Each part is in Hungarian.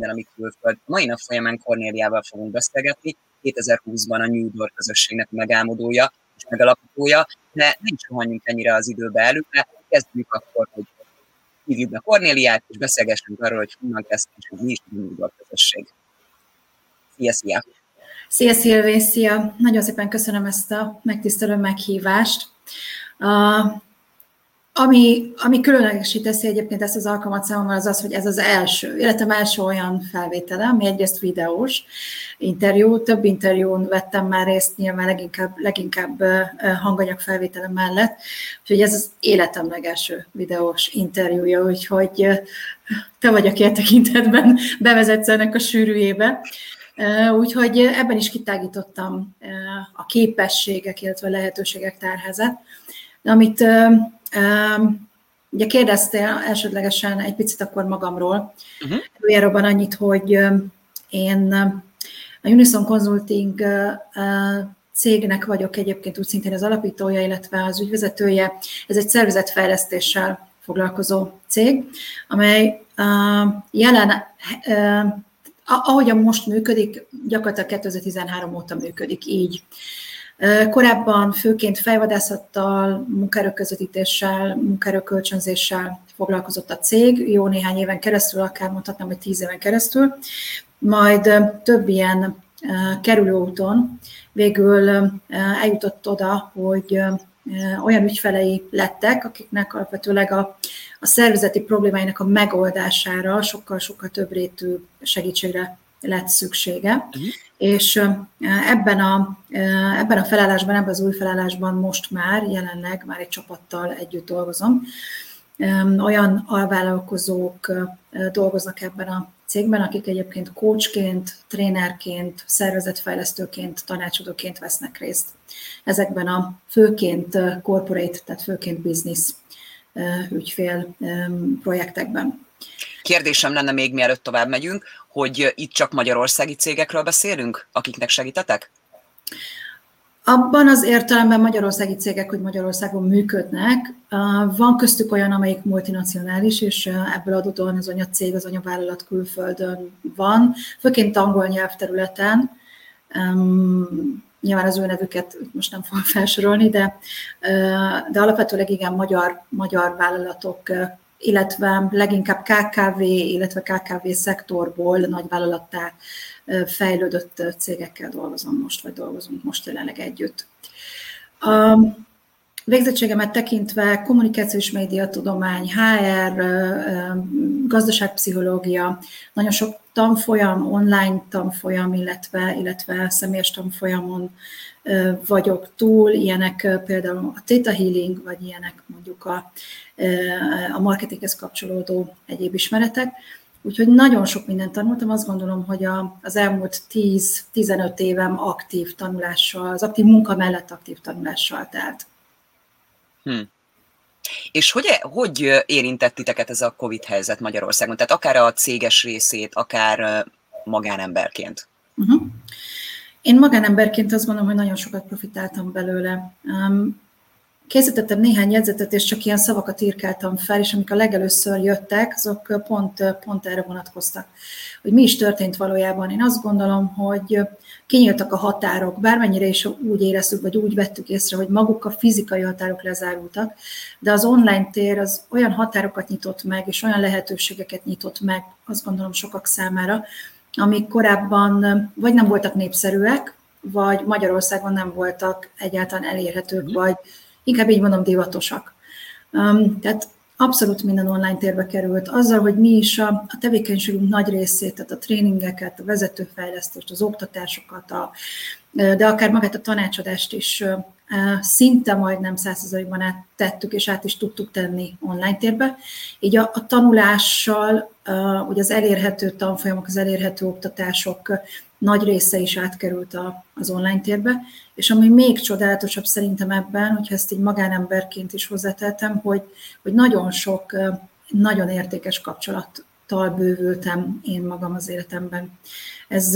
minden, ami külföld. A mai nap folyamán Kornéliával fogunk beszélgetni, 2020-ban a New Door közösségnek a megálmodója és megalapítója, de ne is rohanjunk ennyire az időbe előre, kezdjük akkor, hogy hívjuk be Kornéliát, és beszélgessünk arról, hogy honnan kezdtünk, és hogy mi is a New Door közösség. Szia! Szia Szilvé, szia! Nagyon szépen köszönöm ezt a megtisztelő meghívást. Ami különlegesé teszi egyébként ezt az alkalmat számomra, az az, hogy ez az életem első olyan felvétele, ami egyrészt videós interjú, több interjún vettem már részt, nyilván leginkább hanganyag felvétele mellett, úgyhogy ez az életem legelső videós interjúja, úgyhogy te vagy, aki tekintetben bevezetsz ennek a sűrűjébe. Úgyhogy ebben is kitágítottam a képességek, illetve a lehetőségek tárházát. De amit ugye kérdeztél elsődlegesen egy picit akkor magamról. Előjáróban annyit, hogy én a Unison Consulting cégnek vagyok egyébként úgy szintén az alapítója, illetve az ügyvezetője. Ez egy szervezetfejlesztéssel foglalkozó cég, amely ahogyan most működik, gyakorlatilag 2013 óta működik így. Korábban főként fejvadászattal, munkaerőközvetítéssel, munkaerőkölcsönzéssel foglalkozott a cég, jó néhány éven keresztül, akár mondhatnám, hogy 10 éven keresztül, majd több ilyen kerülőúton végül eljutott oda, hogy olyan ügyfelei lettek, akiknek alapvetőleg a szervezeti problémáinak a megoldására sokkal-sokkal több rétű segítségre lett szüksége. És ebben a felállásban, ebben az új felállásban most már jelenleg egy csapattal együtt dolgozom. Olyan alvállalkozók dolgoznak ebben a cégben, akik egyébként coachként, trénerként, szervezetfejlesztőként, tanácsadóként vesznek részt ezekben a főként corporate, tehát főként business ügyfél projektekben. Kérdésem lenne még, mielőtt tovább megyünk, hogy itt csak magyarországi cégekről beszélünk, akiknek segítetek? Abban az értelemben magyarországi cégek, hogy Magyarországon működnek. Van köztük olyan, amelyik multinacionális, és ebből adódóan az anyacég, az anyavállalat külföldön van, főként angol nyelvterületen. Nyilván az ő nevüket most nem fogom felsorolni, de alapvetőleg igen, magyar vállalatok, illetve leginkább KKV, illetve KKV szektorból nagyvállalattá fejlődött cégekkel dolgozunk most jelenleg együtt. A végzettségemet tekintve kommunikációs médiatudomány, HR, gazdaságpszichológia, nagyon sok tanfolyam, online tanfolyam, illetve személyes tanfolyamon vagyok túl, ilyenek például a Theta Healing, vagy ilyenek mondjuk a marketinghez kapcsolódó egyéb ismeretek. Úgyhogy nagyon sok mindent tanultam, azt gondolom, hogy az elmúlt 10-15 évem aktív tanulással, az aktív munka mellett aktív tanulással telt. És hogy érintett titeket ez a Covid helyzet Magyarországon? Tehát akár a céges részét, akár magánemberként? Én magánemberként azt gondolom, hogy nagyon sokat profitáltam belőle. Készítettem néhány jegyzetet, és csak ilyen szavakat írkáltam fel, és amik a legelőször jöttek, azok pont erre vonatkoztak. Hogy mi is történt valójában. Én azt gondolom, hogy kinyíltak a határok, bármennyire is úgy éreztük, vagy úgy vettük észre, hogy maguk a fizikai határok lezárultak, de az online tér az olyan határokat nyitott meg, és olyan lehetőségeket nyitott meg, azt gondolom sokak számára, amik korábban vagy nem voltak népszerűek, vagy Magyarországon nem voltak egyáltalán elérhetők, vagy inkább így mondom, divatosak. Tehát abszolút minden online térbe került. Azzal, hogy mi is a tevékenységünk nagy részét, tehát a tréningeket, a vezetőfejlesztést, az oktatásokat, de akár magát a tanácsadást is szinte majdnem 100%-ban áttettük, és át is tudtuk tenni online térbe. Így a tanulással, ugye az elérhető tanfolyamok, az elérhető oktatások nagy része is átkerült az online térbe, és ami még csodálatosabb szerintem ebben, hogyha ezt így magánemberként is hozzátettem, hogy nagyon sok, nagyon értékes kapcsolattal bővültem én magam az életemben. Ez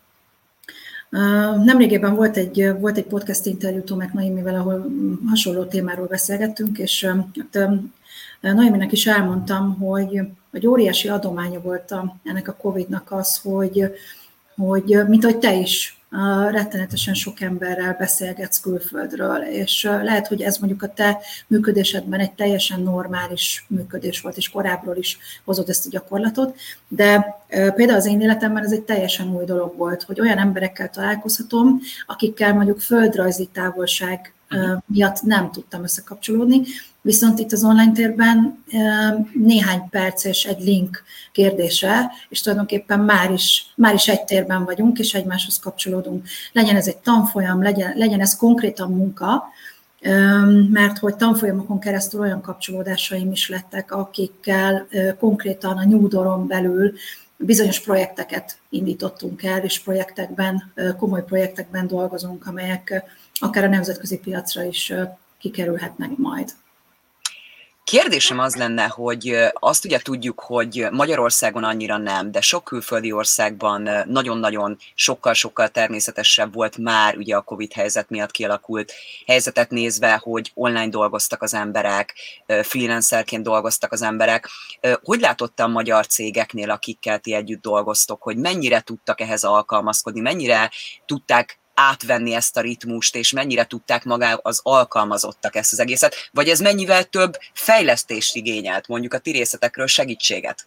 nemrégében volt egy podcast interjú Tomek Noémivel, ahol hasonló témáról beszélgettünk, és Noéminek is elmondtam, hogy óriási adománya volt ennek a Covid-nak az, hogy mint ahogy te is, rettenetesen sok emberrel beszélgetsz külföldről, és lehet, hogy ez mondjuk a te működésedben egy teljesen normális működés volt, és korábbról is hozod ezt a gyakorlatot, de például az én életemben ez egy teljesen új dolog volt, hogy olyan emberekkel találkozhatom, akikkel mondjuk földrajzi távolság miatt nem tudtam összekapcsolódni, viszont itt az online térben néhány perc és egy link kérdése, és tulajdonképpen már is egy térben vagyunk, és egymáshoz kapcsolódunk. Legyen ez egy tanfolyam, legyen ez konkrétan munka, mert hogy tanfolyamokon keresztül olyan kapcsolódásaim is lettek, akikkel konkrétan a New Door-on belül bizonyos projekteket indítottunk el, és komoly projektekben dolgozunk, amelyek akár a nemzetközi piacra is kikerülhetnek majd. Kérdésem az lenne, hogy azt ugye tudjuk, hogy Magyarországon annyira nem, de sok külföldi országban nagyon-nagyon sokkal-sokkal természetesebb volt már ugye a Covid helyzet miatt kialakult helyzetet nézve, hogy online dolgoztak az emberek, freelancerként dolgoztak az emberek. Hogy látott a magyar cégeknél, akikkel ti együtt dolgoztok, hogy mennyire tudtak ehhez alkalmazkodni, mennyire tudták átvenni ezt a ritmust, és mennyire tudták magá az alkalmazottak ezt az egészet, vagy ez mennyivel több fejlesztést igényelt, mondjuk a ti részletekről segítséget?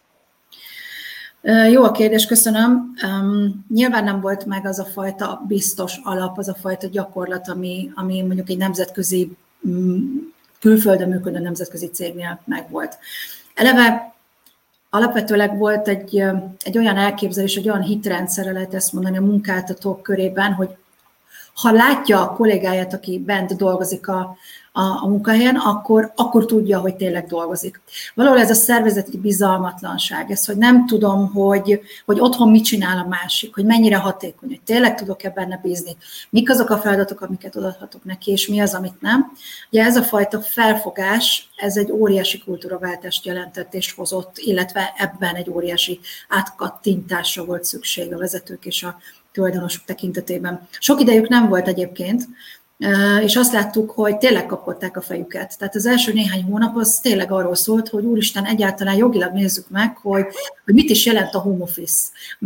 Jó a kérdés, köszönöm. Nyilván nem volt meg az a fajta biztos alap, az a fajta gyakorlat, ami mondjuk egy nemzetközi, külföldön működő nemzetközi cégnél megvolt. Eleve alapvetőleg volt egy olyan elképzelés, egy olyan hitrendszerre, lehet ezt mondani a munkáltatók körében, hogy ha látja a kollégáját, aki bent dolgozik a munkahelyen, akkor tudja, hogy tényleg dolgozik. Valahol ez a szervezeti bizalmatlanság, ez, hogy nem tudom, hogy otthon mit csinál a másik, hogy mennyire hatékony, hogy tényleg tudok-e benne bízni, mik azok a feladatok, amiket odaadhatok neki, és mi az, amit nem. Ugye ez a fajta felfogás, ez egy óriási kultúraváltást jelentett és hozott, illetve ebben egy óriási átkattintásra volt szükség a vezetők és a tulajdonosok tekintetében. Sok idejük nem volt egyébként, és azt láttuk, hogy tényleg kapkodták a fejüket. Tehát az első néhány hónap az tényleg arról szólt, hogy úristen, egyáltalán jogilag nézzük meg, hogy mit is jelent a home office,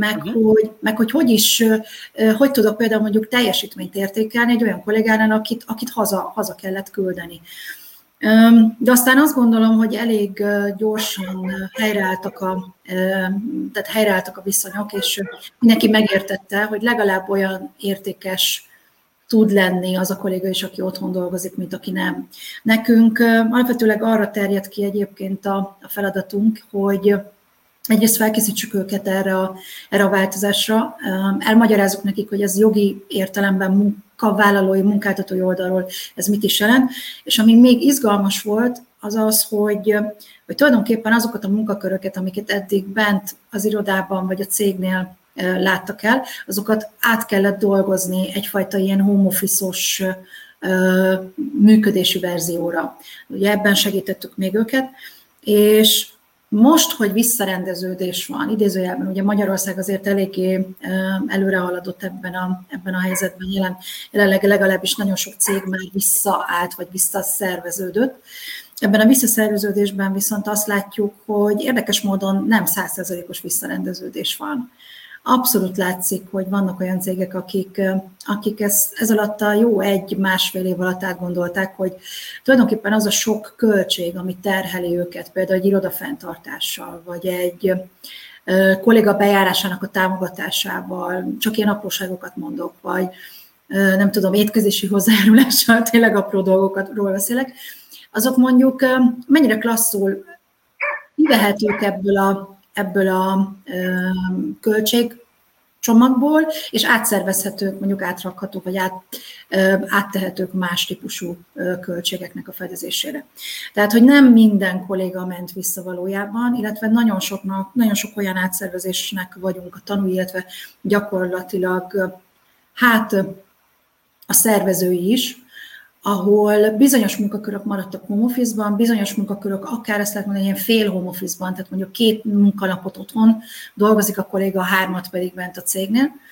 hogy tudok például mondjuk teljesítményt értékelni egy olyan kollégánál, akit haza kellett küldeni. De aztán azt gondolom, hogy elég gyorsan helyreálltak a viszonyok, és mindenki megértette, hogy legalább olyan értékes tud lenni az a kolléga is, aki otthon dolgozik, mint aki nem. Nekünk alapvetőleg arra terjed ki egyébként a feladatunk, hogy egyrészt felkészítsük őket erre a változásra, elmagyarázzuk nekik, hogy ez jogi értelemben munkavállalói, munkáltatói oldalról ez mit is jelent, és ami még izgalmas volt, az az, hogy tulajdonképpen azokat a munkaköröket, amiket eddig bent az irodában vagy a cégnél láttak el, azokat át kellett dolgozni egyfajta ilyen home office-os működési verzióra. Ugye ebben segítettük még őket, és most, hogy visszarendeződés van, idézőjelben, ugye Magyarország azért eléggé előre haladott ebben a helyzetben, jelenleg legalábbis nagyon sok cég már visszaállt, vagy visszaszerveződött. Ebben a visszaszerveződésben viszont azt látjuk, hogy érdekes módon nem 100%-os visszarendeződés van. Abszolút látszik, hogy vannak olyan cégek, akik ez alatt a jó másfél év alatt átgondolták, hogy tulajdonképpen az a sok költség, ami terheli őket, például egy irodafenntartással, vagy egy kolléga bejárásának a támogatásával, csak ilyen apróságokat mondok, vagy nem tudom, étkezési hozzájárulással, tényleg apró dolgokról beszélek, azok mondjuk mennyire klasszul kivehetők ebből a költségcsomagból, és átszervezhetők, mondjuk átrakhatók, vagy áttehetők más típusú költségeknek a fedezésére. Tehát, hogy nem minden kolléga ment vissza valójában, illetve nagyon sok olyan átszervezésnek vagyunk a tanúi, illetve gyakorlatilag a szervezői is, ahol bizonyos munkakörök maradtak home office-ban, bizonyos munkakörök akár ezt lehet mondani, ilyen fél home office-ban, tehát mondjuk 2 munkanapot otthon dolgozik a kolléga, 3 pedig bent a cégnél.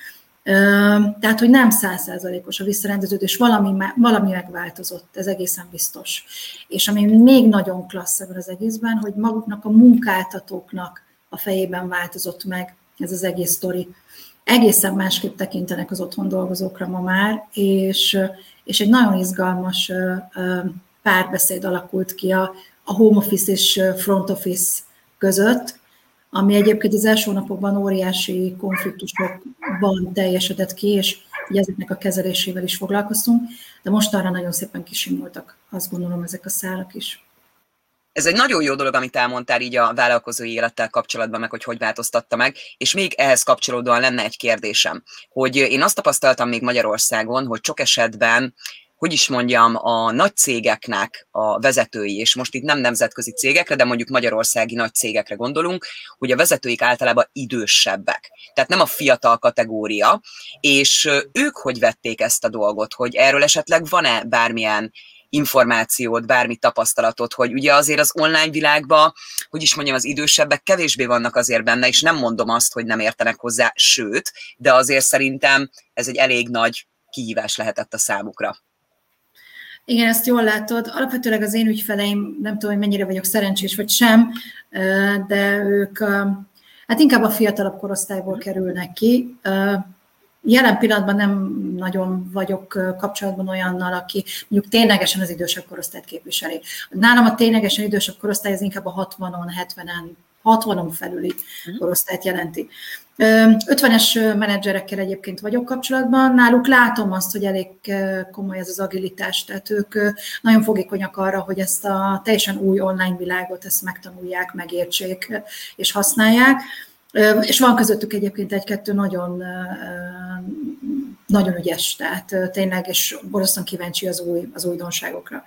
Tehát, hogy nem 100%-os a visszarendeződés, valami megváltozott, ez egészen biztos. És ami még nagyon klassz ebben az egészben, hogy maguknak a munkáltatóknak a fejében változott meg ez az egész sztori. Egészen másképp tekintenek az otthon dolgozókra ma már, és egy nagyon izgalmas párbeszéd alakult ki a home office és front office között, ami egyébként az első napokban óriási konfliktusokban teljesedett ki, és ugye ezeknek a kezelésével is foglalkoztunk, de most arra nagyon szépen kisimultak, azt gondolom, ezek a szálak is. Ez egy nagyon jó dolog, amit elmondtál így a vállalkozói élettel kapcsolatban, meg hogy változtatta meg, és még ehhez kapcsolódóan lenne egy kérdésem, hogy én azt tapasztaltam még Magyarországon, hogy sok esetben, hogy is mondjam, a nagy cégeknek a vezetői, és most itt nem nemzetközi cégekre, de mondjuk magyarországi nagy cégekre gondolunk, hogy a vezetőik általában idősebbek. Tehát nem a fiatal kategória, és ők hogy vették ezt a dolgot, hogy erről esetleg van-e bármilyen információt, bármi tapasztalatot, hogy ugye azért az online világban, hogy is mondjam, az idősebbek kevésbé vannak azért benne, és nem mondom azt, hogy nem értenek hozzá, sőt, de azért szerintem ez egy elég nagy kihívás lehetett a számukra. Igen, ezt jól látod. Alapvetőleg az én ügyfeleim, nem tudom, hogy mennyire vagyok szerencsés vagy sem, de ők hát inkább a fiatalabb korosztályból kerülnek ki. Jelen pillanatban nem nagyon vagyok kapcsolatban olyannal, aki mondjuk ténylegesen az idősebb korosztályt képviseli. Nálam a ténylegesen idősebb korosztály az inkább a 60-on, 60-on felüli korosztályt jelenti. 50-es menedzserekkel egyébként vagyok kapcsolatban, náluk látom azt, hogy elég komoly ez az agilitás, tehát ők nagyon fogékonyak arra, hogy ezt a teljesen új online világot, ezt megtanulják, megértsék és használják. És van közöttük egyébként egy-kettő nagyon, nagyon ügyes, tehát tényleg, és borzasztóan kíváncsi az újdonságokra.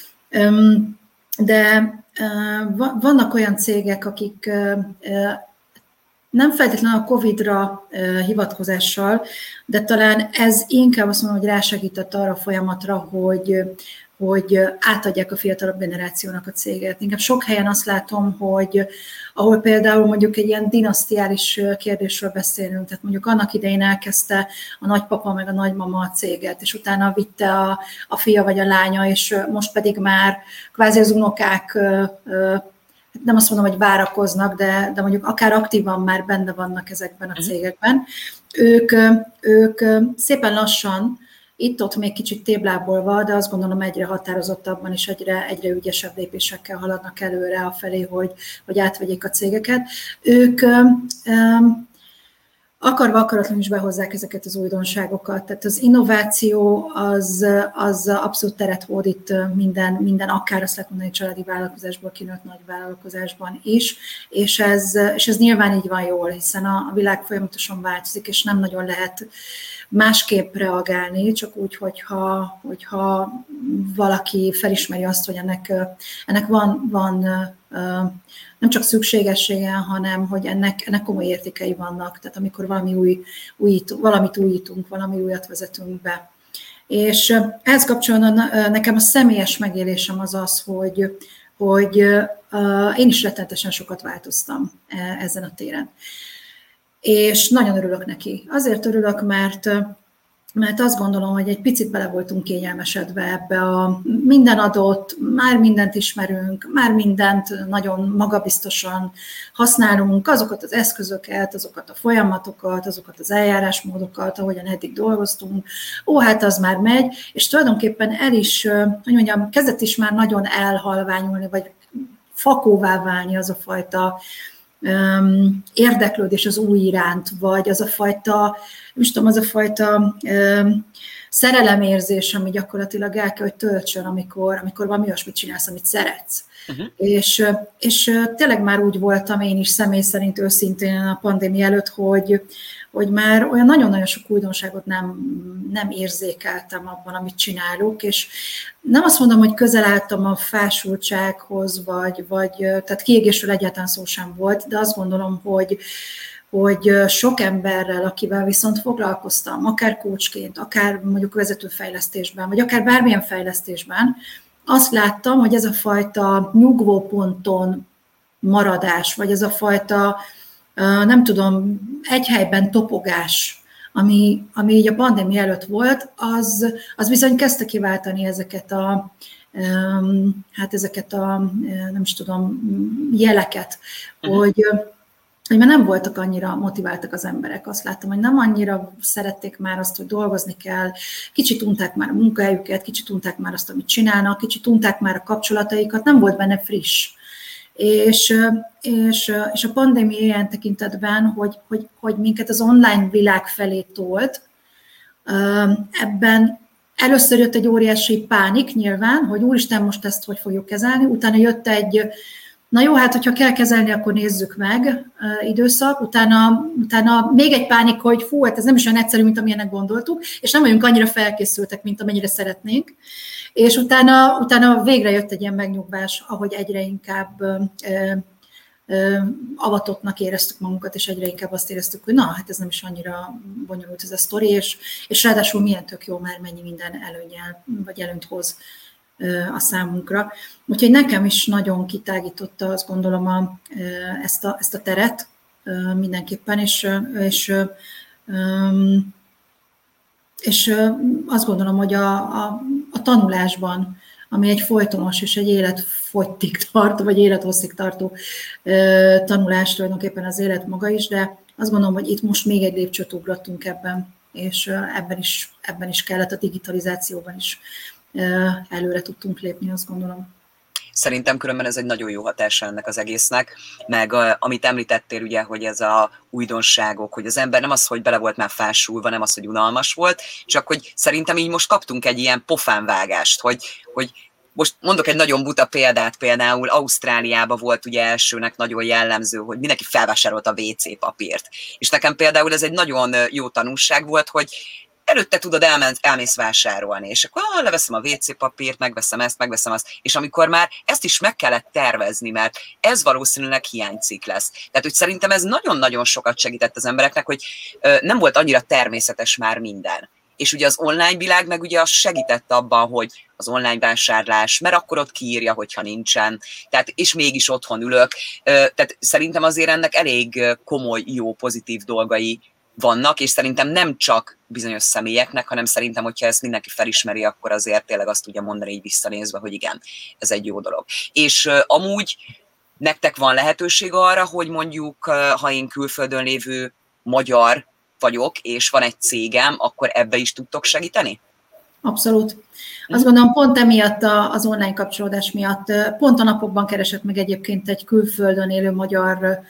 De vannak olyan cégek, akik nem feltétlenül a Covid-ra hivatkozással, de talán ez inkább azt mondom, hogy rásegített arra a folyamatra, hogy átadják a fiatalabb generációnak a céget. Inkább sok helyen azt látom, hogy ahol például mondjuk egy ilyen dinasztiális kérdésről beszélünk, tehát mondjuk annak idején elkezdte a nagypapa meg a nagymama a céget, és utána vitte a fia vagy a lánya, és most pedig már kvázi az unokák, nem azt mondom, hogy várakoznak, de mondjuk akár aktívan már benne vannak ezekben a cégekben. Ők szépen lassan, itt-ott még kicsit téblábolva, de azt gondolom egyre határozottabban és egyre ügyesebb lépésekkel haladnak előre afelé, hogy átvegyék a cégeket. Ők akarva akaratlanul is behozzák ezeket az újdonságokat. Tehát az innováció az abszolút teret hódít minden akár azt lehet mondani családi vállalkozásból kinőtt nagy vállalkozásban is, és ez nyilván így van jól, hiszen a világ folyamatosan változik, és nem nagyon lehet másképp reagálni, csak úgy, hogyha valaki felismeri azt, hogy ennek van nem csak szükségessége, hanem hogy ennek komoly értékei vannak. Tehát amikor valamit újítunk, valami újat vezetünk be. És ehhez kapcsolatban nekem a személyes megélésem az, hogy én is rettenetesen sokat változtam ezen a téren. És nagyon örülök neki. Azért örülök, mert azt gondolom, hogy egy picit bele voltunk kényelmesedve ebbe a minden adott, már mindent ismerünk, már mindent nagyon magabiztosan használunk, azokat az eszközöket, azokat a folyamatokat, azokat az eljárásmódokat, ahogyan eddig dolgoztunk, hát az már megy, és tulajdonképpen hogy mondjam, kezdett is már nagyon elhalványulni, vagy fakóvá válni az a fajta érdeklődés az új iránt, vagy az a fajta szerelemérzés, ami gyakorlatilag el kell, hogy töltsön, amikor valami olyasmit csinálsz, amit szeretsz. És tényleg már úgy voltam én is személy szerint őszintén a pandémia előtt, hogy már olyan nagyon-nagyon sok újdonságot nem érzékeltem abban, amit csinálok, és nem azt mondom, hogy közel álltam a fásultsághoz, tehát kiégésről egyáltalán szó sem volt, de azt gondolom, hogy sok emberrel, akivel viszont foglalkoztam, akár coachként, akár mondjuk vezetőfejlesztésben, vagy akár bármilyen fejlesztésben, azt láttam, hogy ez a fajta nyugvóponton maradás, vagy ez a fajta, nem tudom, egy helyben topogás, ami így a pandémia előtt volt, az bizony kezdte kiváltani ezeket a nem is tudom, jeleket, hogy már nem voltak annyira motiváltak az emberek. Azt láttam, hogy nem annyira szerették már azt, hogy dolgozni kell, kicsit unták már a munkahelyüket, kicsit unták már azt, amit csinálnak, kicsit unták már a kapcsolataikat, nem volt benne friss. És a pandémia ilyen tekintetben, hogy minket az online világ felé tolt, ebben először jött egy óriási pánik nyilván, hogy úristen, most ezt hogy fogjuk kezelni, utána jött egy, na jó, hát hogyha kell kezelni, akkor nézzük meg időszak, utána még egy pánik, hogy fú, hát ez nem is olyan egyszerű, mint amilyenek gondoltuk, és nem vagyunk annyira felkészültek, mint amennyire szeretnénk. És utána végre jött egy ilyen megnyugvás, ahogy egyre inkább avatottnak éreztük magunkat, és egyre inkább azt éreztük, hogy na, hát ez nem is annyira bonyolult ez a sztori, és ráadásul milyen tök jó, mert mennyi minden előnyel, vagy előnyt hoz a számunkra. Úgyhogy nekem is nagyon kitágította, azt gondolom, ezt a teret mindenképpen, és azt gondolom, hogy a tanulásban, ami egy folytonos és egy életfogytig tartó, vagy élethosszig tartó tanulás, tulajdonképpen az élet maga is, de azt gondolom, hogy itt most még egy lépcsőt ugrottunk ebben, és ebben is kellett, a digitalizációban is előre tudtunk lépni, azt gondolom. Szerintem különben ez egy nagyon jó hatása ennek az egésznek, meg amit említettél ugye, hogy ez a újdonságok, hogy az ember nem az, hogy bele volt már fásulva, nem az, hogy unalmas volt, csak hogy szerintem így most kaptunk egy ilyen pofánvágást, hogy most mondok egy nagyon buta példát, például Ausztráliában volt ugye elsőnek nagyon jellemző, hogy mindenki felvásárolt a WC papírt. És nekem például ez egy nagyon jó tanulság volt, hogy előtte tudod, elmész vásárolni, és akkor leveszem a WC papírt, megveszem ezt, megveszem azt, és amikor már ezt is meg kellett tervezni, mert ez valószínűleg hiánycikk lesz. Tehát, hogy szerintem ez nagyon-nagyon sokat segített az embereknek, hogy nem volt annyira természetes már minden. És ugye az online világ meg ugye az segített abban, hogy az online vásárlás, mert akkor ott kiírja, hogyha nincsen, tehát, és mégis otthon ülök. Tehát szerintem azért ennek elég komoly, jó, pozitív dolgai vannak, és szerintem nem csak bizonyos személyeknek, hanem szerintem, hogyha ezt mindenki felismeri, akkor azért tényleg azt tudja mondani így visszanézve, hogy igen, ez egy jó dolog. És amúgy nektek van lehetőség arra, hogy mondjuk, ha én külföldön lévő magyar vagyok, és van egy cégem, akkor ebbe is tudtok segíteni? Abszolút. Azt gondolom, pont emiatt az online kapcsolódás miatt, pont a napokban keresett meg egyébként egy külföldön élő magyar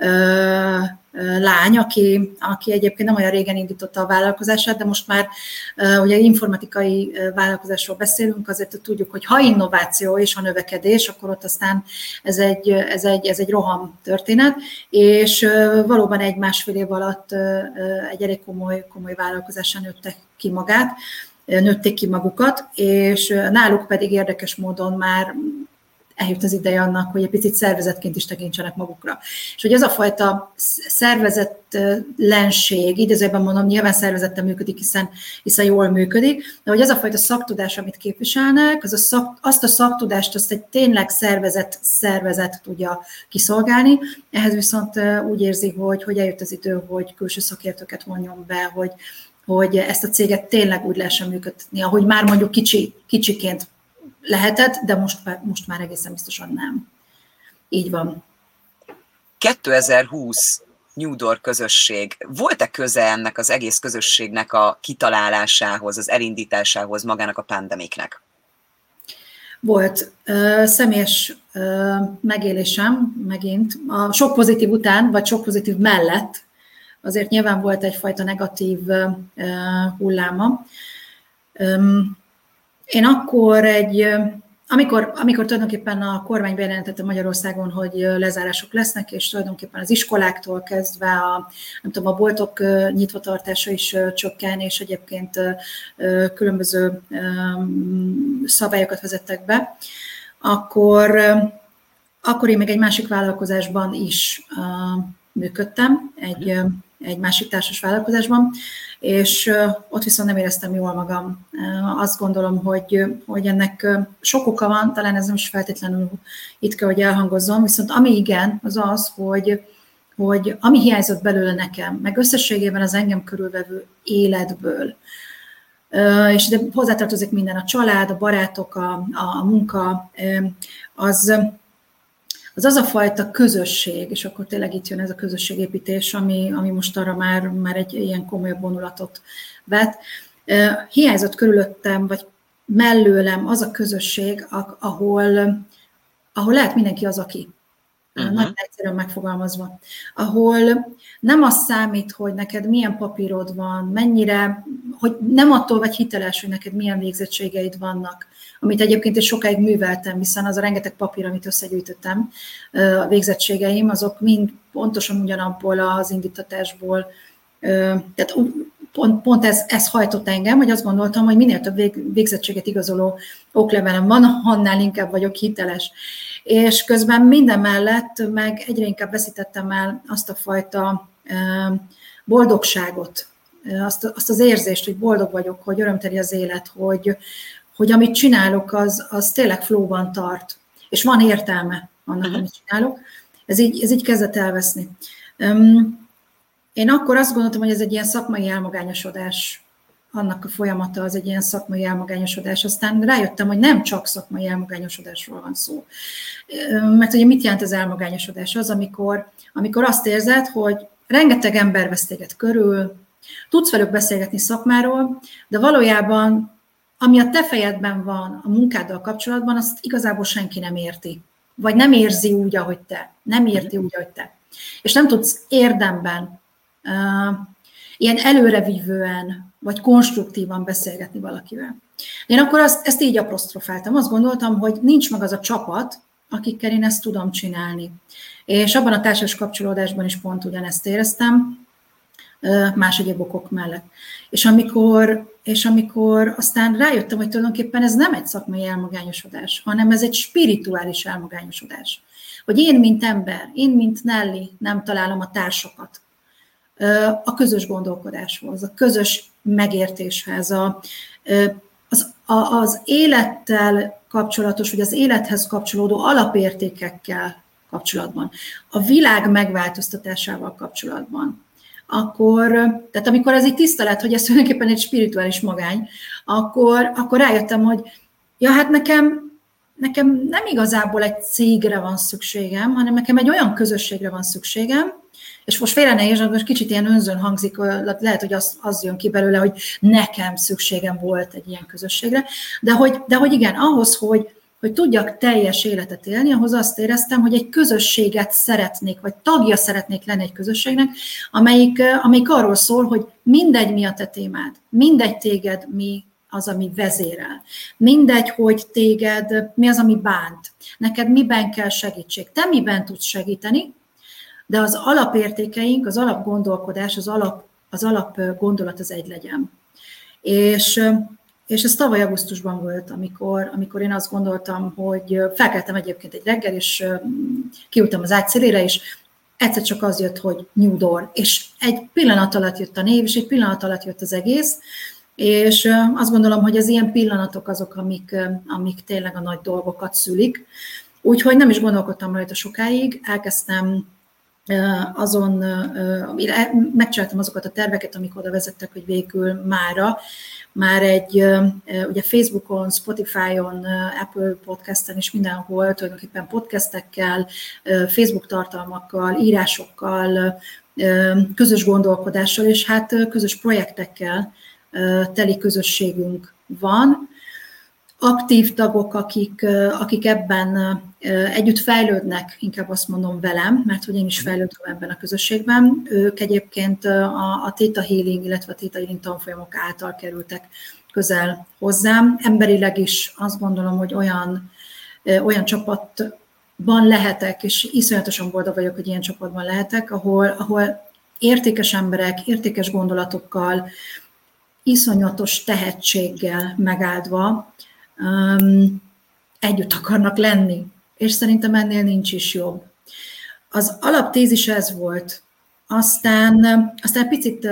lány, aki egyébként nem olyan régen indította a vállalkozását, de most már ugye informatikai vállalkozásról beszélünk, azért tudjuk, hogy ha innováció és ha növekedés, akkor ott aztán ez egy roham történet, és valóban 1-1,5 év alatt egy elég komoly vállalkozásán nőtték ki magukat, és náluk pedig érdekes módon már eljött az ideje annak, hogy egy picit szervezetként is tekintsenek magukra. És hogy ez a fajta szervezetlenség, idézőjelben mondom, nyilván szervezetten működik, hiszen jól működik, de hogy ez a fajta szaktudás, amit képviselnek, azt a szaktudást, azt egy tényleg szervezet tudja kiszolgálni, ehhez viszont úgy érzi, hogy eljött az idő, hogy külső szakértőket vonjon be, hogy ezt a céget tényleg úgy lehessen működtetni, ahogy már mondjuk kicsiként lehetett, de most már egészen biztosan nem. Így van. 2020 New Door közösség. Volt-e köze ennek az egész közösségnek a kitalálásához, az elindításához, magának a pandemiknek? Volt. Személyes megélésem megint. A sok pozitív után, vagy sok pozitív mellett azért nyilván volt egyfajta negatív hulláma. Én akkor amikor tulajdonképpen a kormány bejelentette Magyarországon, hogy lezárások lesznek, és tulajdonképpen az iskoláktól kezdve a boltok nyitvatartása is csökken, és egyébként különböző szabályokat vezettek be, akkor én még egy másik vállalkozásban is működtem, egy másik társas vállalkozásban, és ott viszont nem éreztem jól magam. Azt gondolom, hogy ennek sok oka van, talán ez nem is feltétlenül itt kell, hogy elhangozzon, viszont ami igen, az az, hogy hogy ami hiányzott belőle nekem, meg összességében az engem körülvevő életből, és ide hozzátartozik minden, a család, a barátok, a munka, az a fajta közösség, és akkor tényleg itt jön ez a közösségépítés, ami most arra már egy ilyen komolyabb vonulatot vet. Hiányzott körülöttem, vagy mellőlem az a közösség, ahol lehet mindenki az, aki. Nagyon egyszerűen megfogalmazva. Ahol nem az számít, hogy neked milyen papírod van, mennyire, hogy nem attól vagy hiteles, hogy neked milyen végzettségeid vannak, amit egyébként is sokáig műveltem, hiszen az a rengeteg papír, amit összegyűjtöttem, a végzettségeim, azok mind pontosan ugyanabból az indítatásból, tehát pont ez hajtott engem, hogy azt gondoltam, hogy minél több végzettséget igazoló oklevelem van, annál inkább vagyok hiteles. És közben minden mellett meg egyre inkább veszítettem el azt a fajta boldogságot, azt az érzést, hogy boldog vagyok, hogy örömteli az élet, hogy amit csinálok, az tényleg flowban tart, és van értelme annak, amit csinálok. Ez így kezdett elveszni. Én akkor azt gondoltam, hogy ez egy ilyen szakmai elmagányosodás, annak a folyamata az egy ilyen szakmai elmagányosodás. Aztán rájöttem, hogy nem csak szakmai elmagányosodásról van szó. Mert ugye mit jelent az elmagányosodás? Az, amikor azt érzed, hogy rengeteg ember vesz téged körül, tudsz velük beszélgetni szakmáról, de valójában, ami a te fejedben van a munkáddal kapcsolatban, azt igazából senki nem érti. Vagy nem érzi úgy, ahogy te. Nem érti úgy, ahogy te. És nem tudsz érdemben, ilyen előrevívően, vagy konstruktívan beszélgetni valakivel. Én akkor ezt így apostrofáltam. Azt gondoltam, hogy nincs meg az a csapat, akikkel én ezt tudom csinálni. És abban a társas kapcsolódásban is pont ugyanezt éreztem, más egyéb okok mellett. És amikor aztán rájöttem, hogy tulajdonképpen ez nem egy szakmai elmagányosodás, hanem ez egy spirituális elmagányosodás. Hogy én, mint ember, én, mint Nelly nem találom a társakat a közös gondolkodáshoz, a közös megértéshez, az élettel kapcsolatos, vagy az élethez kapcsolódó alapértékekkel kapcsolatban, a világ megváltoztatásával kapcsolatban. Tehát amikor ez így tiszta lett, hogy ez tulajdonképpen egy spirituális magány, akkor rájöttem, hogy hát nekem nem igazából egy cégre van szükségem, hanem nekem egy olyan közösségre van szükségem, és most félre ne értsd, most kicsit ilyen önzőn hangzik, lehet, hogy az jön ki belőle, hogy nekem szükségem volt egy ilyen közösségre, de hogy igen, ahhoz, hogy tudjak teljes életet élni, ahhoz azt éreztem, hogy egy közösséget szeretnék, vagy tagja szeretnék lenni egy közösségnek, amelyik arról szól, hogy mindegy mi a te témád, mindegy téged mi az, ami vezérel. Mindegy, hogy téged mi az, ami bánt. Neked miben kell segítség. Te miben tudsz segíteni, de az alapértékeink, az alapgondolkodás, az alapgondolat az egy legyen. És ez tavaly augusztusban volt, amikor én azt gondoltam, hogy felkeltem egyébként egy reggel, és kiültem az ágy szélére, és egyszer csak az jött, hogy New Door. És egy pillanat alatt jött a név, és egy pillanat alatt jött az egész, és azt gondolom, hogy az ilyen pillanatok azok, amik tényleg a nagy dolgokat szülik. Úgyhogy nem is gondolkodtam rajta sokáig, elkezdtem megcsináltam azokat a terveket, amik oda vezettek, hogy végül már ugye Facebookon, Spotify-on, Apple Podcasten és mindenhol tulajdonképpen podcastekkel, Facebook tartalmakkal, írásokkal, közös gondolkodással és hát közös projektekkel teli közösségünk van. Aktív tagok, akik ebben együtt fejlődnek, inkább azt mondom velem, mert hogy én is fejlődöm ebben a közösségben. Ők egyébként a Theta Healing, illetve a Theta Healing tanfolyamok által kerültek közel hozzám. Emberileg is azt gondolom, hogy olyan csapatban lehetek, és iszonyatosan boldog vagyok, hogy ilyen csapatban lehetek, ahol értékes emberek, értékes gondolatokkal, iszonyatos tehetséggel megáldva együtt akarnak lenni, és szerintem ennél nincs is jobb. Az alaptézis ez volt, aztán picit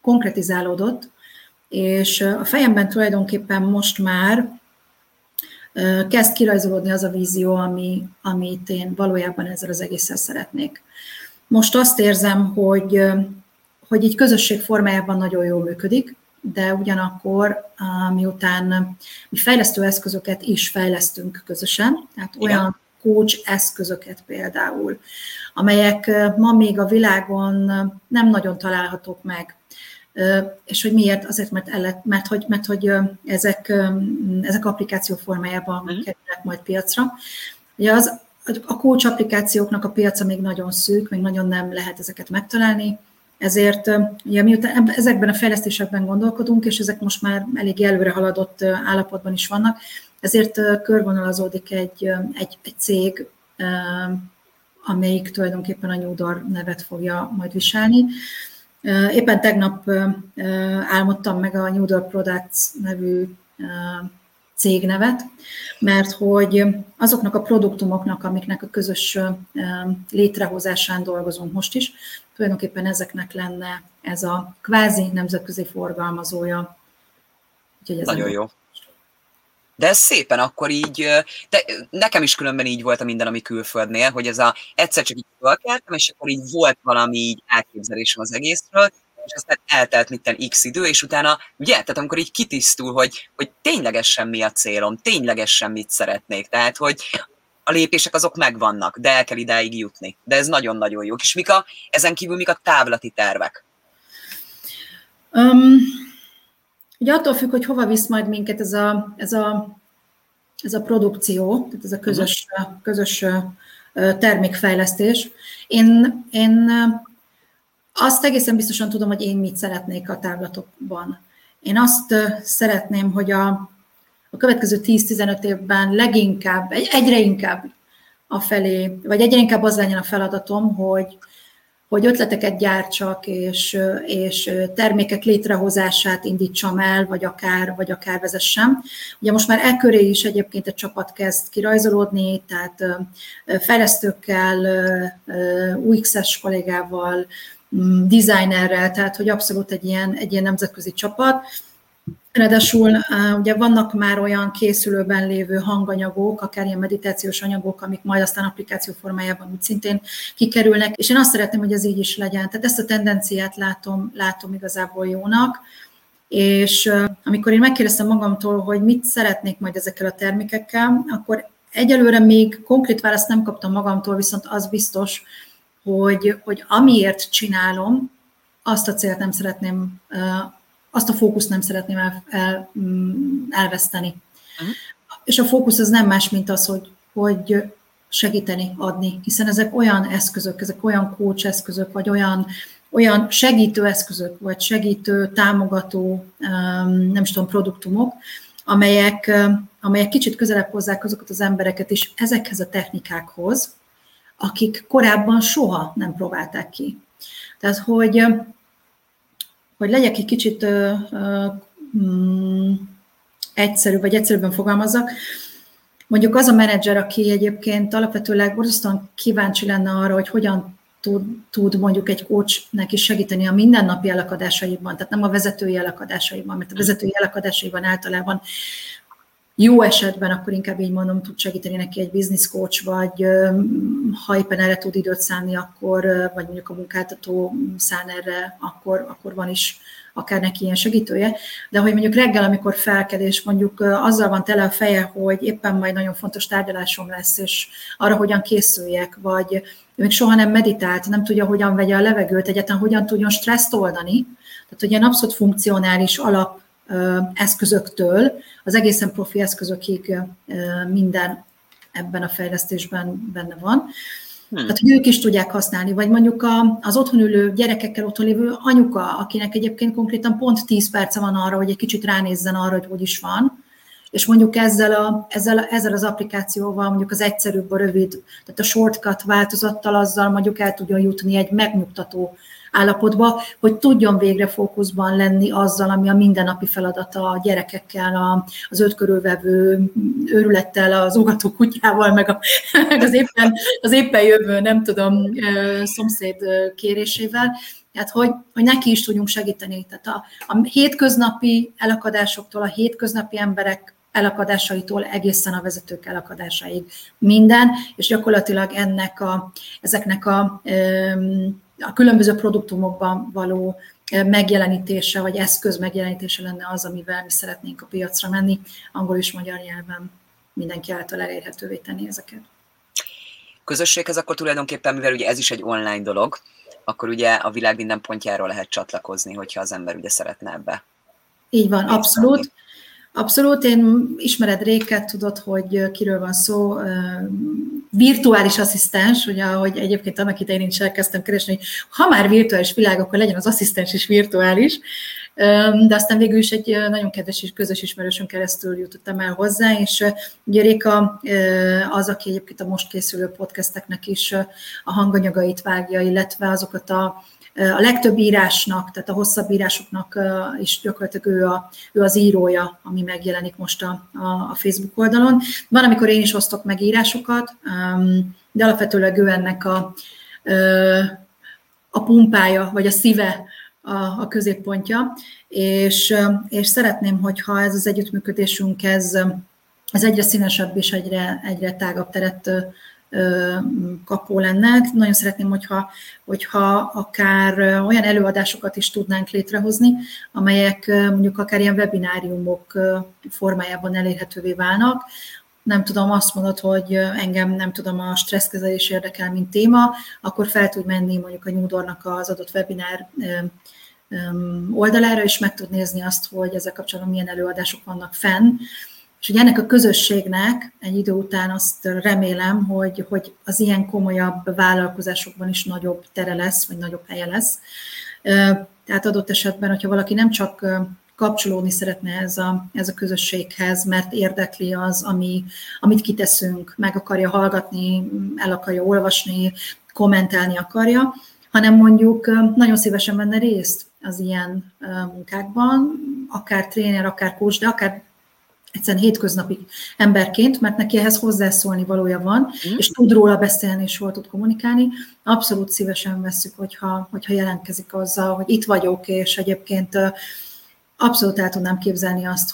konkretizálódott, és a fejemben tulajdonképpen most már kezd kirajzolódni az a vízió, amit én valójában ezzel az egésszel szeretnék. Most azt érzem, hogy így közösség formájában nagyon jól működik, de ugyanakkor miután mi fejlesztő eszközöket is fejlesztünk közösen, tehát olyan coach eszközöket például, amelyek ma még a világon nem nagyon találhatók meg. És hogy miért? Azért, mert hogy ezek applikáció formájában kerülnek majd piacra. Ugye a coach applikációknak a piaca még nagyon szűk, még nagyon nem lehet ezeket megtalálni, ezért ugye, miután ezekben a fejlesztésekben gondolkodunk, és ezek most már elég előre haladott állapotban is vannak, ezért körvonalazódik egy cég, amelyik tulajdonképpen a Newdor nevet fogja majd viselni. Éppen tegnap álmodtam meg a Newdor Products nevű cégnevet, mert hogy azoknak a produktumoknak, amiknek a közös létrehozásán dolgozunk most is, tulajdonképpen ezeknek lenne ez a kvázi nemzetközi forgalmazója. Nagyon jó. De ez szépen akkor így, nekem is különben így volt a Minden, ami külföldnél, hogy ez egyszer csak így fölkeltem, és akkor így volt valami így elképzelésem az egészről, és aztán eltelt minden x idő, és utána, ugye, tehát amikor így kitisztul, hogy ténylegesen mi a célom, ténylegesen mit szeretnék, tehát hogy a lépések azok megvannak, de el kell idáig jutni. De ez nagyon-nagyon jó. És ezen kívül mik a távlati tervek? Ugye attól függ, hogy hova visz majd minket ez a produkció, tehát ez a közös termékfejlesztés. Én azt egészen biztosan tudom, hogy én mit szeretnék a távlatokban. Én azt szeretném, hogy a következő 10-15 évben leginkább, egyre inkább afelé, vagy egyre inkább az legyen a feladatom, hogy ötleteket gyártsak, és termékek létrehozását indítsam el, vagy akár vezessem. Ugye most már köré is egyébként egy csapat kezd kirajzolódni, tehát fejlesztőkkel, UX-es kollégával, designerrel, tehát hogy abszolút egy ilyen nemzetközi csapat. Ráadásul ugye vannak már olyan készülőben lévő hanganyagok, akár ilyen meditációs anyagok, amik majd aztán applikáció formájában úgy szintén kikerülnek, és én azt szeretném, hogy ez így is legyen. Tehát ezt a tendenciát látom igazából jónak, és amikor én megkérdeztem magamtól, hogy mit szeretnék majd ezekkel a termékekkel, akkor egyelőre még konkrét választ nem kaptam magamtól, viszont az biztos, hogy amiért csinálom, azt a célt nem szeretném, azt a fókuszt nem szeretném elveszteni. És a fókusz az nem más, mint az, hogy segíteni, adni, hiszen ezek olyan eszközök, ezek olyan coach eszközök, vagy olyan segítő eszközök, vagy segítő, támogató, nem is tudom, produktumok, amelyek kicsit közelebb hozzák azokat az embereket is ezekhez a technikákhoz, akik korábban soha nem próbálták ki. Tehát, hogy legyek egy kicsit egyszerű, vagy egyszerűbben fogalmazzak, mondjuk az a menedzser, aki egyébként alapvetőleg borzasztóan kíváncsi lenne arra, hogy hogyan tud mondjuk egy coachnek is segíteni a mindennapi elakadásaiban, tehát nem a vezetői elakadásaiban, mert a vezetői elakadásaiban általában jó esetben, akkor inkább így mondom, tud segíteni neki egy business coach, vagy ha éppen erre tud időt szánni, akkor, vagy mondjuk a munkáltató szán erre, akkor van is akár neki ilyen segítője. De hogy mondjuk reggel, amikor felkel, és mondjuk azzal van tele a feje, hogy éppen majd nagyon fontos tárgyalásom lesz, és arra hogyan készüljek, vagy ő még soha nem meditált, nem tudja, hogyan vegye a levegőt, egyáltalán hogyan tudjon stresszt oldani. Tehát, hogy ilyen abszolút funkcionális alap eszközöktől, az egészen profi eszközökig minden ebben a fejlesztésben benne van. Tehát, hogy ők is tudják használni, vagy mondjuk az otthon ülő gyerekekkel otthon lévő anyuka, akinek egyébként konkrétan pont 10 perce van arra, hogy egy kicsit ránézzen arra, hogy is van, és mondjuk ezzel az applikációval, mondjuk az egyszerűbb, a rövid, tehát a shortcut változattal azzal mondjuk el tudjon jutni egy megnyugtató állapotba, hogy tudjon végre fókuszban lenni azzal, ami a mindennapi feladata a gyerekekkel, az őt körülvevő őrülettel, az ugató kutyával, meg az éppen jövő, nem tudom, szomszéd kérésével. Tehát, hogy neki is tudjunk segíteni. Tehát a hétköznapi elakadásoktól, a hétköznapi emberek elakadásaitól egészen a vezetők elakadásáig minden, és gyakorlatilag ezeknek a különböző produktumokban való megjelenítése, vagy eszköz megjelenítése lenne az, amivel mi szeretnénk a piacra menni, angol és magyar nyelven mindenki által elérhetővé tenni ezeket. Közösséghez akkor tulajdonképpen, mivel ugye ez is egy online dolog, akkor ugye a világ minden pontjáról lehet csatlakozni, hogyha az ember ugye szeretne ebbe. Így van, abszolút. Abszolút, én ismered Réket, tudod, hogy kiről van szó, virtuális asszisztens, ugye, ahogy egyébként annak idején én is elkezdtem keresni, hogy ha már virtuális világ, akkor legyen az asszisztens is virtuális, de aztán végül is egy nagyon kedves és közös ismerősön keresztül jutottam el hozzá, és ugye Réka az, aki egyébként a most készülő podcasteknek is a hanganyagait vágja, illetve azokat a legtöbb írásnak, tehát a hosszabb írásoknak is gyakorlatilag ő az írója, ami megjelenik most a Facebook oldalon. Van, amikor én is osztok meg írásokat, de alapvetőleg ő ennek a pumpája, vagy a szíve, a középpontja, és szeretném, hogyha ez az együttműködésünk, ez egyre színesebb és egyre tágabb teret kapó lenne. Nagyon szeretném, hogyha akár olyan előadásokat is tudnánk létrehozni, amelyek mondjuk akár ilyen webináriumok formájában elérhetővé válnak. Nem tudom, azt mondod, hogy engem nem tudom, a stresszkezelés érdekel, mint téma, akkor fel tud menni mondjuk a New-Door-nak az adott webinár oldalára, és meg tud nézni azt, hogy ezzel kapcsolatban milyen előadások vannak fenn. És hogy ennek a közösségnek egy idő után azt remélem, hogy az ilyen komolyabb vállalkozásokban is nagyobb tere lesz, vagy nagyobb helye lesz. Tehát adott esetben, hogyha valaki nem csak kapcsolódni szeretne ez a közösséghez, mert érdekli az, amit kiteszünk, meg akarja hallgatni, el akarja olvasni, kommentálni akarja, hanem mondjuk nagyon szívesen venne részt az ilyen munkákban, akár tréner, akár coach, de akár egyszerűen hétköznapi emberként, mert neki ehhez hozzászólni valója van, és tud róla beszélni, és hol tud kommunikálni. Abszolút szívesen vesszük, hogyha jelentkezik azzal, hogy itt vagyok, és egyébként abszolút el tudnám képzelni azt,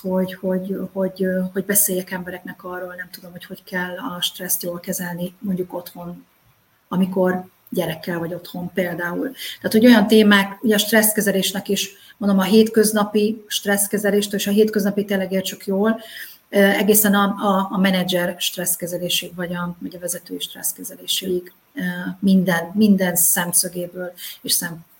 hogy beszéljek embereknek arról, nem tudom, hogy kell a stresszt jól kezelni, mondjuk otthon, amikor gyerekkel vagy otthon például. Tehát, hogy olyan témák, ugye a stresszkezelésnek is, mondom, a hétköznapi stresszkezeléstől, és a hétköznapi tényleg értsük jól, egészen a menedzser stresszkezelésig, vagy a vezetői stresszkezeléséig, minden szemszögéből, és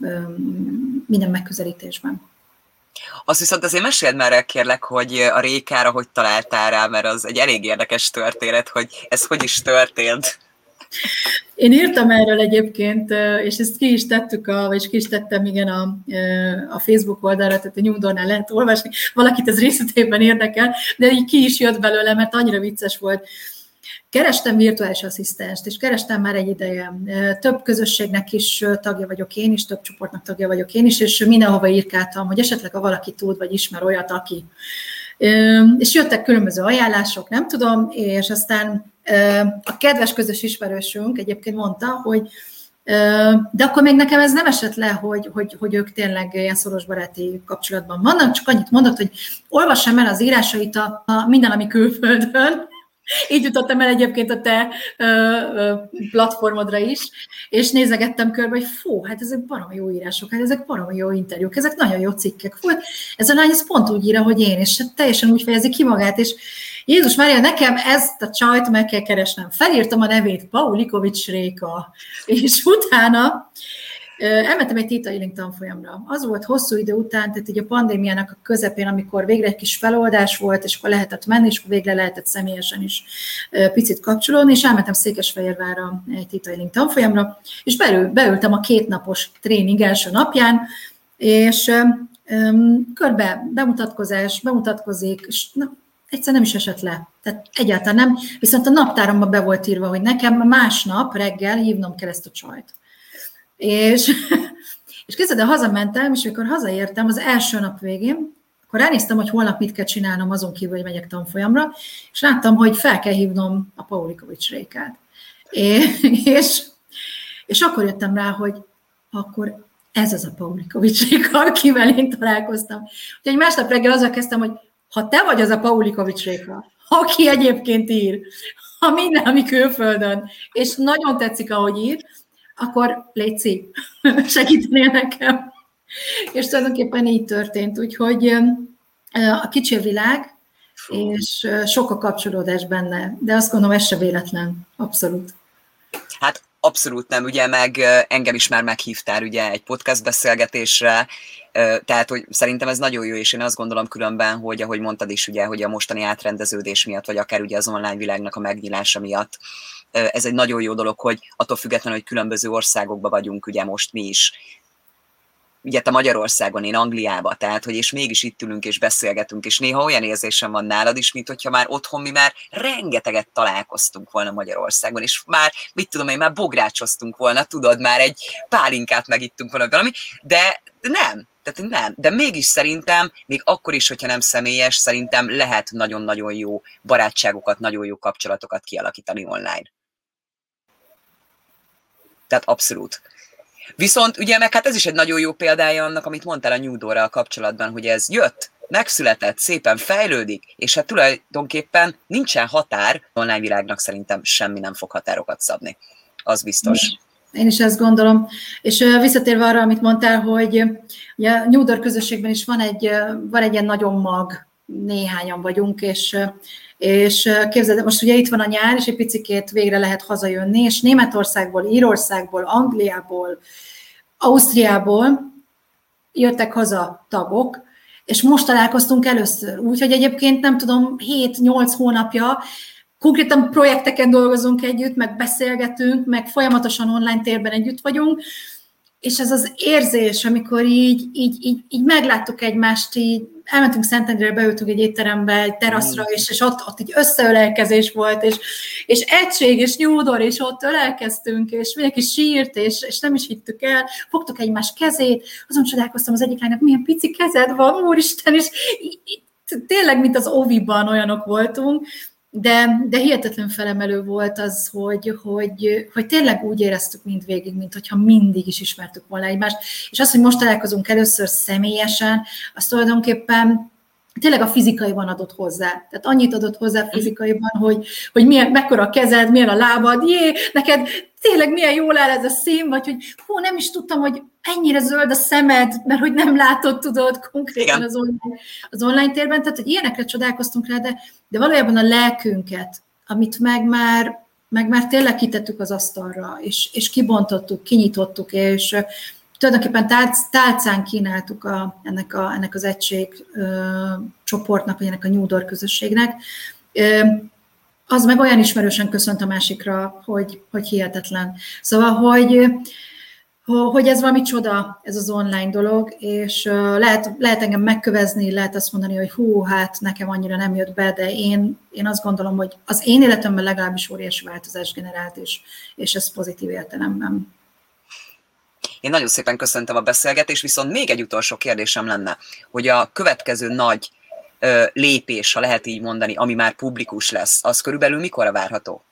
minden megközelítésben. Azt viszont azért meséld már el, kérlek, hogy a Rékára hogy találtál rá, mert az egy elég érdekes történet, hogy ez hogy is történt. Én írtam erről egyébként, és ezt ki is tettem, igen, a Facebook oldalra, tehát a New-Door-nál lehet olvasni, valakit ez részletében érdekel, de így ki is jött belőle, mert annyira vicces volt. Kerestem virtuális asszisztenst, és kerestem már egy ideje. Több közösségnek is tagja vagyok én is, több csoportnak tagja vagyok én is, és mindenhova írkáltam, hogy esetleg ha valaki tud, vagy ismer olyat, aki. És jöttek különböző ajánlások, nem tudom, és aztán a kedves közös ismerősünk egyébként mondta, hogy de akkor még nekem ez nem esett le, hogy ők tényleg ilyen szoros baráti kapcsolatban vannak, csak annyit mondott, hogy olvassam el az írásait a Minden, ami külföldön. Így jutottam el egyébként a te platformodra is, és nézegettem körbe, hogy fú, hát ezek baromi jó írások, hát ezek baromi jó interjúk, ezek nagyon jó cikkek. Fú, ez a lány ez pont úgy írja, hogy én, és teljesen úgy fejezi ki magát, és Jézus Mária, nekem ezt a csajt meg kell keresnem. Felírtam a nevét, Paulikovics Réka, és utána elmentem egy Theta Healing tanfolyamra. Az volt hosszú idő után, tehát így a pandémiának a közepén, amikor végre egy kis feloldás volt, és akkor lehetett menni, és akkor végre lehetett személyesen is picit kapcsolódni, és elmentem Székesfehérvárra egy Theta Healing tanfolyamra, és beültem a 2 napos tréning első napján, és körbe bemutatkozik, és egyszer nem is esett le. Tehát egyáltalán nem, viszont a naptáromban be volt írva, hogy nekem másnap reggel hívnom kell ezt a csajt. És képzeld, hazamentem, és amikor hazaértem az első nap végén, akkor ránéztem, hogy holnap mit kell csinálnom azon kívül, hogy megyek tanfolyamra, és láttam, hogy fel kell hívnom a Paulikovics Rékát. És akkor jöttem rá, hogy akkor ez az a Paulikovics Réka, akivel én találkoztam. Úgyhogy másnap reggel azzal kezdtem, hogy ha te vagy az a Paulikovics Réka, aki egyébként ír, ha minden, ami külföldön, és nagyon tetszik, ahogy ír, akkor létszik, segítenél nekem. És tulajdonképpen így történt, úgyhogy a kicsi világ, és sok a kapcsolódás benne, de azt gondolom, ez se véletlen, abszolút. Hát abszolút nem, ugye meg engem is már meghívtál ugye egy podcast beszélgetésre, tehát hogy szerintem ez nagyon jó, és én azt gondolom különben, hogy ahogy mondtad is ugye, hogy a mostani átrendeződés miatt, vagy akár ugye az online világnak a megnyílása miatt, ez egy nagyon jó dolog, hogy attól függetlenül, hogy különböző országokban vagyunk ugye most mi is, ugye te Magyarországon, én Angliába, tehát, hogy és mégis itt ülünk és beszélgetünk, és néha olyan érzésem van nálad is, mint hogyha már otthon mi már rengeteget találkoztunk volna Magyarországon, és már, mit tudom én, már bográcsoztunk volna, tudod, már egy pálinkát megittunk volna valami, de nem. Tehát nem, de mégis szerintem, még akkor is, hogyha nem személyes, szerintem lehet nagyon-nagyon jó barátságokat, nagyon jó kapcsolatokat kialakítani online. Tehát abszolút. Viszont ugye meg hát ez is egy nagyon jó példája annak, amit mondtál a New Door-ral kapcsolatban, hogy ez jött, megszületett, szépen fejlődik, és hát tulajdonképpen nincsen határ, online világnak szerintem semmi nem fog határokat szabni. Az biztos. Én is ezt gondolom. És visszatérve arra, amit mondtál, hogy ugye a New Door közösségben is van egy ilyen nagyon mag, néhányan vagyunk, és képzeld, most ugye itt van a nyár, és egy picikét végre lehet hazajönni, és Németországból, Írországból, Angliából, Ausztriából jöttek haza tagok, és most találkoztunk először. Úgyhogy egyébként nem tudom, 7-8 hónapja konkrétan projekteken dolgozunk együtt, meg beszélgetünk, meg folyamatosan online térben együtt vagyunk, és ez az érzés, amikor így megláttuk egymást, így elmentünk Szentendrére, beültünk egy étterembe, egy teraszra, és ott így összeölelkezés volt, és egység, és New Door, és ott ölelkeztünk, és mindenki sírt, és nem is hittük el, fogtuk egymás kezét, azon csodálkoztam az egyik lánynak, milyen pici kezed van, úristen, és tényleg, mint az Oviban olyanok voltunk, de hihetetlen felemelő volt az, hogy tényleg úgy éreztük mindvégig, mint hogyha mindig is ismertük volna egymást. És az, hogy most találkozunk először személyesen, az tulajdonképpen tényleg a fizikaiban adott hozzá. Tehát annyit adott hozzá fizikaiban, hogy mekkora a kezed, milyen a lábad, neked tényleg milyen jól áll ez a szín, vagy hogy nem is tudtam, hogy ennyire zöld a szemed, mert hogy nem látod, tudod, konkrétan az online térben. Tehát, hogy ilyenekre csodálkoztunk rá, de valójában a lelkünket, amit meg már tényleg kitettük az asztalra, és kibontottuk, kinyitottuk, és tulajdonképpen tálcán kínáltuk ennek az egység csoportnak, vagy ennek a New Door közösségnek. Az meg olyan ismerősen köszönt a másikra, hogy hihetetlen. Szóval, hogy ez valami csoda, ez az online dolog, és lehet engem megkövezni, lehet azt mondani, hogy hát nekem annyira nem jött be, de én azt gondolom, hogy az én életemben legalábbis óriási változást generált, és ez pozitív értelemben. Én nagyon szépen köszöntem a beszélgetést, viszont még egy utolsó kérdésem lenne, hogy a következő nagy lépés, ha lehet így mondani, ami már publikus lesz, az körülbelül mikorra várható?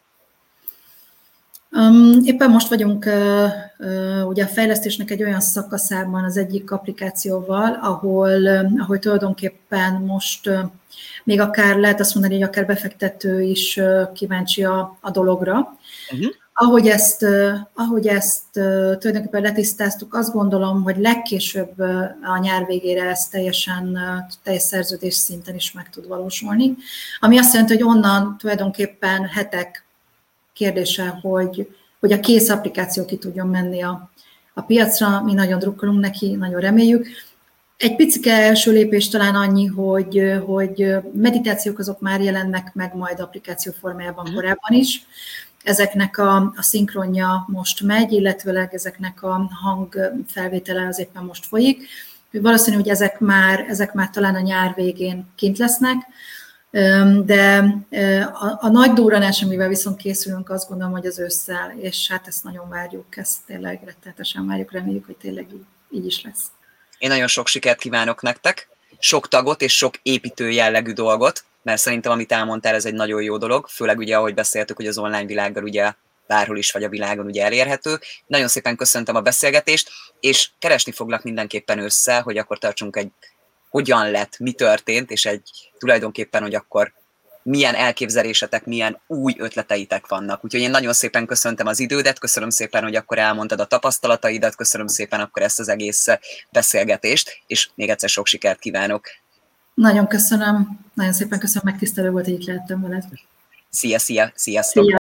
Éppen most vagyunk ugye a fejlesztésnek egy olyan szakaszában az egyik applikációval, ahol tulajdonképpen most még akár lehet azt mondani, hogy akár befektető is kíváncsi a dologra. Uh-huh. Ahogy ezt tulajdonképpen letisztáztuk, azt gondolom, hogy legkésőbb a nyár végére ez teljes szerződés szinten is meg tud valósulni. Ami azt jelenti, hogy onnan tulajdonképpen hetek kérdése, hogy a kész applikáció ki tudjon menni a piacra. Mi nagyon drukkolunk neki, nagyon reméljük. Egy picike első lépés talán annyi, hogy meditációk azok már jelennek meg majd applikáció formájában korábban is. Ezeknek a szinkronja most megy, illetőleg ezeknek a hangfelvétele az éppen most folyik. Valószínű, hogy ezek már talán a nyár végén kint lesznek, de a nagy durranás, amivel viszont készülünk, azt gondolom, hogy az ősszel, és hát ezt nagyon várjuk, ezt tényleg rettenetesen várjuk, reméljük, hogy tényleg így is lesz. Én nagyon sok sikert kívánok nektek, sok tagot és sok építő jellegű dolgot, mert szerintem, amit elmondtál, ez egy nagyon jó dolog, főleg ugye, ahogy beszéltük, hogy az online világgal ugye bárhol is vagy a világon ugye elérhető. Nagyon szépen köszöntem a beszélgetést, és keresni foglak mindenképpen össze, hogy akkor tartsunk egy hogyan lett, mi történt, és tulajdonképpen, hogy akkor milyen elképzelésetek, milyen új ötleteitek vannak. Úgyhogy én nagyon szépen köszöntem az idődet, köszönöm szépen, hogy akkor elmondtad a tapasztalataidat, köszönöm szépen akkor ezt az egész beszélgetést, és még egyszer sok sikert kívánok. Nagyon köszönöm, nagyon szépen köszönöm, megtisztelő volt, hogy itt lehettem veled. Szia, sziasztok!